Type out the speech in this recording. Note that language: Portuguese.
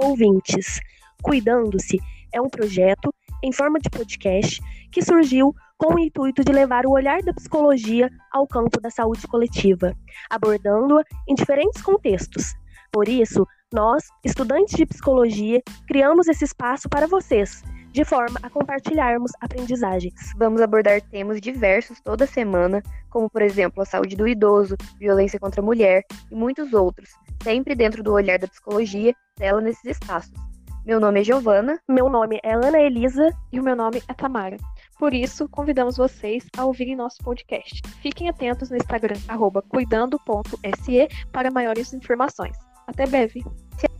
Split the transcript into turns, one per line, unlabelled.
ouvintes. Cuidando-se é um projeto em forma de podcast que surgiu com o intuito de levar o olhar da psicologia ao campo da saúde coletiva, abordando-a em diferentes contextos. Por isso, nós, estudantes de psicologia, criamos esse espaço para vocês, de forma a compartilharmos aprendizagens.
Vamos abordar temas diversos toda semana, como, por exemplo, a saúde do idoso, violência contra a mulher e muitos outros, sempre dentro do olhar da psicologia dela nesses espaços. Meu nome é Giovana.
Meu nome é Ana Elisa.
E o meu nome é Tamara. Por isso, convidamos vocês a ouvirem nosso podcast. Fiquem atentos no Instagram, @cuidando.se, para maiores informações. Até breve!